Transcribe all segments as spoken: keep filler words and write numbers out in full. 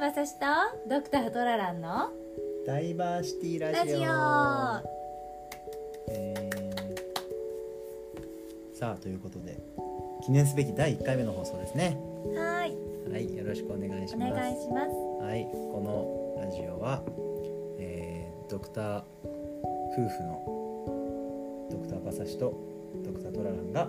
馬刺しとドクタートラランのダイバーシティラジオ、 ラジオえー、さあということで記念すべきだいいっかいめの放送ですね。 はい、 はい、よろしくお願いします。 お願いします。 はい、このラジオは、えー、ドクター夫婦のドクター馬刺しとドクタートラランが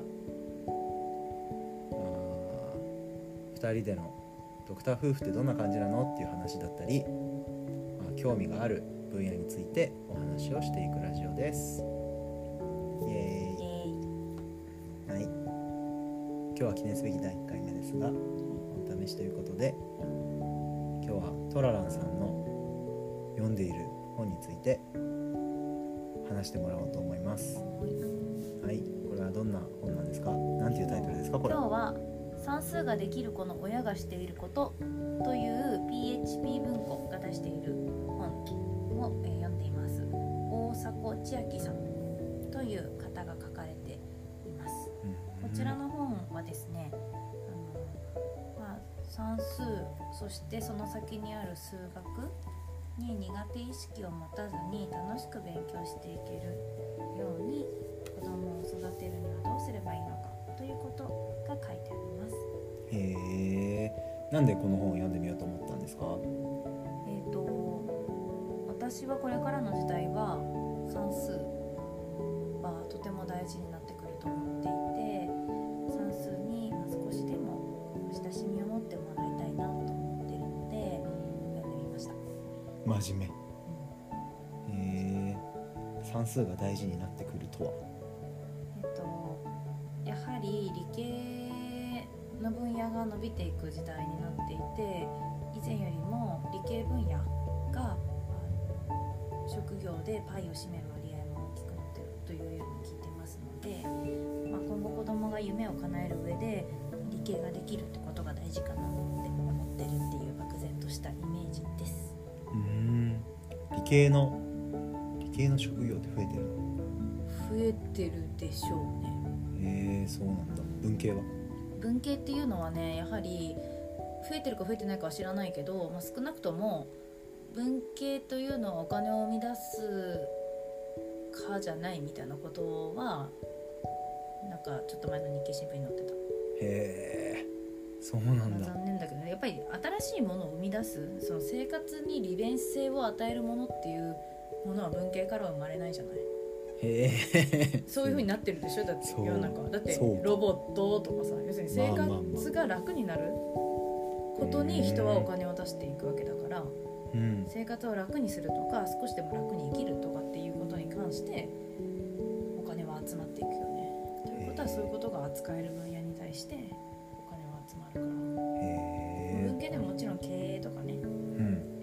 ふたりでのドクター夫婦ってどんな感じなのっていう話だったり、まあ、興味がある分野についてお話をしていくラジオです。イエーイ、はい、今日は記念すべきだいいっかいめですが、お試しということで今日はトラランさんの読んでいる本について話してもらおうと思います。はい、これはどんな本なんですか？なんていうタイトルですか？これ今日は算数ができる子の親がしていることという ピーエイチピー 文庫が出している本を、えー、読んでいます。大迫千秋さんという方が書かれています。こちらの本はですね、あの、まあ、算数そしてその先にある数学に苦手意識を持たずに楽しく勉強していけるように子供を育てるにはどうすればいいのかということが書いてあります。 へー、なんでこの本を読んでみようと思ったんですか？ えーと、私はこれからの時代は算数はとても大事になってくると思っていて、算数に少しでも親しみを持ってもらいたいなと思っているので読んでみました。 真面目。へー、算数が大事になってくるとは？ えっと、やはり理系の分野が伸びていく時代になっていて、以前よりも理系分野が職業でパイを占める割合も大きくなっているというように聞いてますので、まあ、今後子供が夢を叶える上で理系ができるってことが大事かなって思ってるっていう漠然としたイメージです。 うーん、理系の理系の職業って増えてるの？ 増えてるでしょうね。 へー、そうなんだ。文系は？ 文系っていうのはね、やはり増えてるか増えてないかは知らないけど、まあ、少なくとも文系というのはお金を生み出すかじゃないみたいなことはなんかちょっと前の日経新聞に載ってた。 へー、そうなんだ。 残念だけどね、やっぱり新しいものを生み出す、その生活に利便性を与えるものっていうものは文系からは生まれないじゃない。 へーそういう風になってるでしょ。だって世の中だってそうロボットとかさ、要するに生活が楽になることに人はお金を出していくわけだから、 うん、 生活を楽にするとか少しでも楽に生きるとかっていうことに関してお金は集まっていくよね。ということはそういうことが扱える分野に対してお金は集まるから、 へー、 文系でももちろん経営とかね、 うん、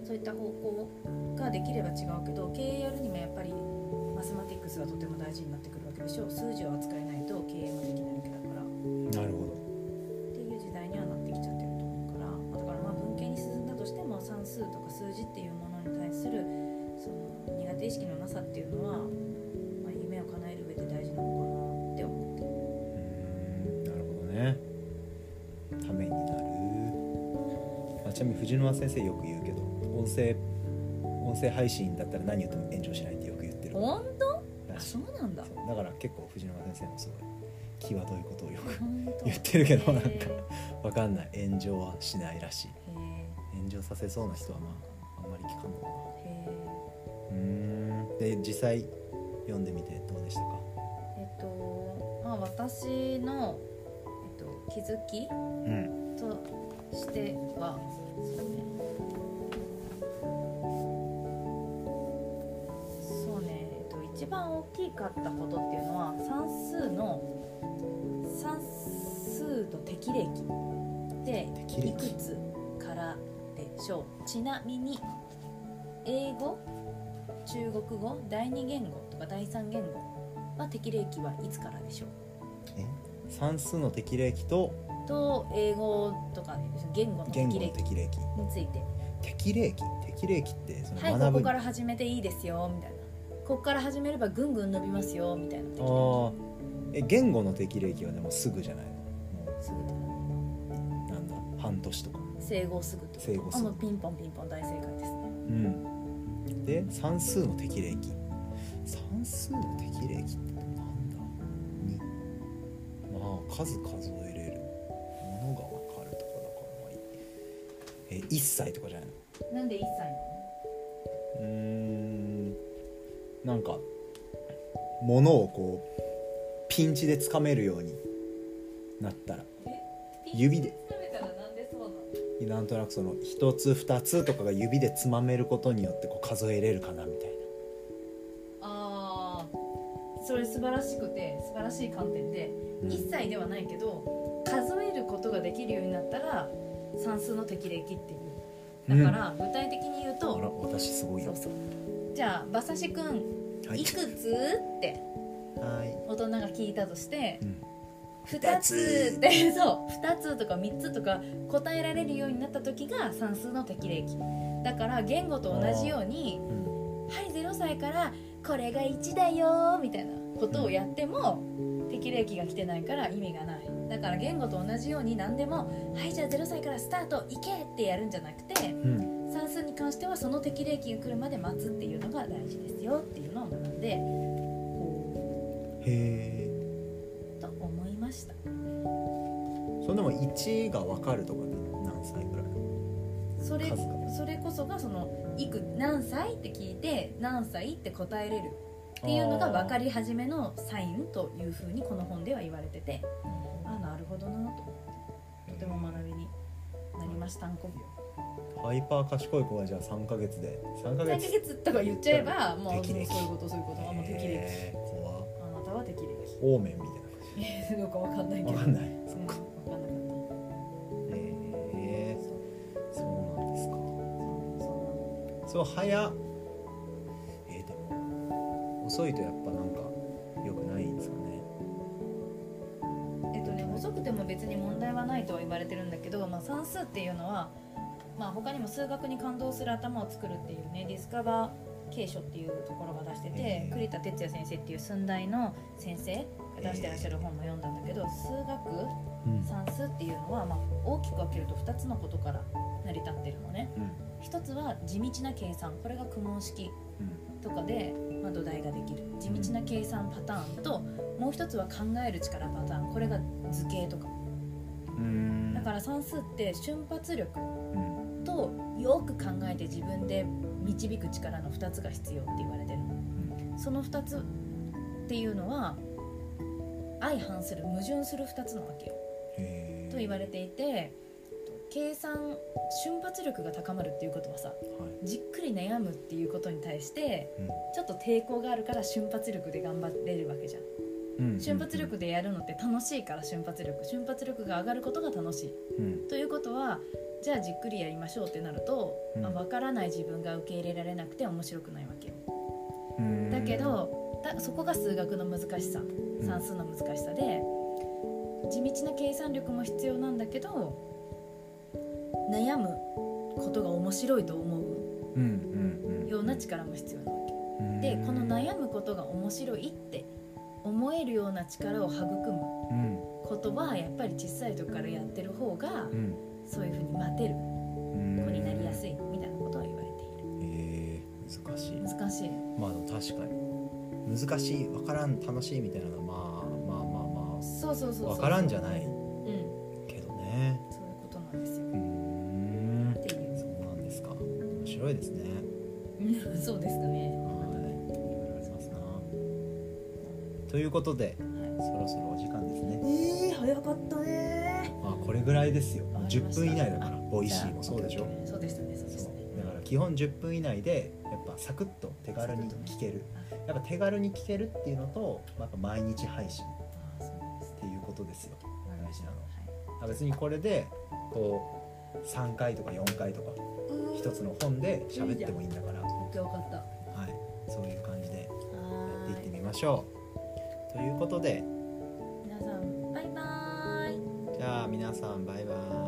そういった方向ができれば違うけど、経営やるにもやっぱりマスマティックスがとても大事になってくるわけでしょ。数字を扱えないと経営もできないわけだから。 なるほど。 っていう時代にはなってきちゃってると思うから、だからまあ文系に進んだとしても算数とか数字っていうものに対するその苦手意識のなさっていうのは、まあ、夢を叶える上で大事なのかなって思ってる。 うーん、なるほどね。ためになる。あ、ちなみに藤沼先生よく言うけど、音声音声配信だったら何言っても炎上しないってよく言ってる。 本当？ らしい。 そうなんだ。 だから結構藤沼先生もすごい際どいことをよく言ってるけど、なんかわかんない、炎上はしないらしい。炎上させそうな人はまああんまり聞かんのかな。 へうーん、で実際読んでみてどうでしたか？ えっとまあ私の、えっと、気づき、 うん、 としてはそうねそうね、えっと、一番大きかったことっていうのは算数の算数と適齢期でいくつからでしょう。ちなみに英語、中国語、第二言語とか第三言語は適齢期はいつからでしょう？ え算数の適齢期とと英語とか言語の適齢期について。 適齢期適齢期ってそのはい、 学ぶ、 ここから始めていいですよみたいな、ここから始めればぐんぐん伸びますよみたいな適齢期。 あえ言語の適齢期はでもすぐじゃないの？もすぐってうなんだ半年とか整合すぐってこと。 整合すぐあ、もうピンポンピンポン大正解ですね。 うんで算数の適齢期、算数の適齢期ってなんだにまあ数数えれるものが分かるとかだからまあいいえいっさいとかじゃないの。 なんでいっさいなの？ うーんなんか物をこうピンチで掴めるようになったら指でつかめたらなんでそうなの？ なんとなくその一つ二つとかが指でつまめることによってこう数えれるかなみたいあー、それ素晴らしくて素晴らしい観点で、 うんいっさいではないけど数えることができるようになったら算数の適齢期っていう。だから具体的に言うと、 な。あら私すごいよ。 そうそうじゃあ馬刺しくん、 はいいくつってはい大人が聞いたとして、 うんふたつってそうふたつとかみっつとか答えられるようになった時が算数の適齢期だから、言語と同じようにうんはいゼロさいからこれがいちだよみたいなことをやっても適齢期が来てないから意味がない。だから言語と同じように何でもはいじゃあゼロさいからスタートいけってやるんじゃなくて、 うん算数に関してはその適齢期が来るまで待つっていうのが大事ですよっていうのを学んでこへえ。 うと思いました。 それでもいちが分かるとかで何歳ぐらい？ それ数がそれこそがそのいく何歳って聞いて何歳って答えれるっていうのが分かり始めのサインというふうにこの本では言われてて、あなるほどなととても学びになりました。んこハイパー賢い子がじゃあさんかげつでさんかげつさんかげつとか言っちゃえばもうそういう適齢期ことそういうことあもう適齢へー怖っ。 期あなたは適齢オーメンみたい期どうか分かんないけどな分かんない。 うん、分かんなかったへえそうなんですか。 そうそう早えー、でも遅いとやっぱなんか良くないんですかね。 えっとね遅くても別に問題はないとは言われてるんだけど、まあ、算数っていうのは、まあ、他にも数学に感動する頭を作るっていうねディスカバー継承っていうところが出してて、 へー栗田哲也先生っていう寸大の先生が出してらっしゃる本も読んだんだけど、数学うん算数っていうのは、まあ、大きく分けるとふたつのことから成り立ってるのね。 うんひとつは地道な計算、これが九問式とかで、まあ、土台ができる地道な計算パターンと、もう一つは考える力パターン、これが図形とか。 うんだから算数って瞬発力うんとよく考えて自分で導く力のふたつが必要って言われてるの。そのふたつっていうのは相反する矛盾するふたつなわけよへーと言われていて、計算瞬発力が高まるっていうことはさ、 はいじっくり悩むっていうことに対してうんちょっと抵抗があるから瞬発力で頑張れるわけじゃん。 うん瞬発力でやるのって楽しいから、瞬発力瞬発力が上がることが楽しいうんということは、じゃあじっくりやりましょうってなると、 うんまあ、分からない自分が受け入れられなくて面白くないわけよ。 うんだけどだそこが数学の難しさ、算数の難しさで、地道な計算力も必要なんだけど悩むことが面白いと思ううんうんうんような力も必要なわけうんで、この悩むことが面白いって思えるような力を育むうんことはやっぱり小さい時からやってる方がうんそういう風に待てるうん子になりやすいみたいなことは言われている。 えー、難しい。 難しい。 まあでも確かに難しい分からん楽しいみたいなのはまあまあまあまそうそうそうそうあ分からんじゃないうん、 けどね。 そういうことなんですようーんっていうそうなんですか。面白いですね。 うんそうですかね。 はい、いろいろありますな。ということではそろそろお時間ですね。 い、えー、早かったね。 まあこれぐらいですよ。 わかじゅっりましたぷん以内だから。 あボイシーもそうでしょ。 そうでしたね、そうでそうしたね。 だから基本じゅっぷん以内でやっぱサクッと手軽に聞ける。やっぱ手軽に聞けるっていうのと、やっぱ毎日配信あーそうなんですっていうことですよ。大事なの。 はあ別にこれでこうさんかいとかよんかいとかい。 一つの本で喋ってもいいんだから、はオッケー、分かった。 い、そういう感じでやっていってはみましょう。ということで、 ーい。皆さん、バイバーイ。 じゃあ皆さんバイバイ。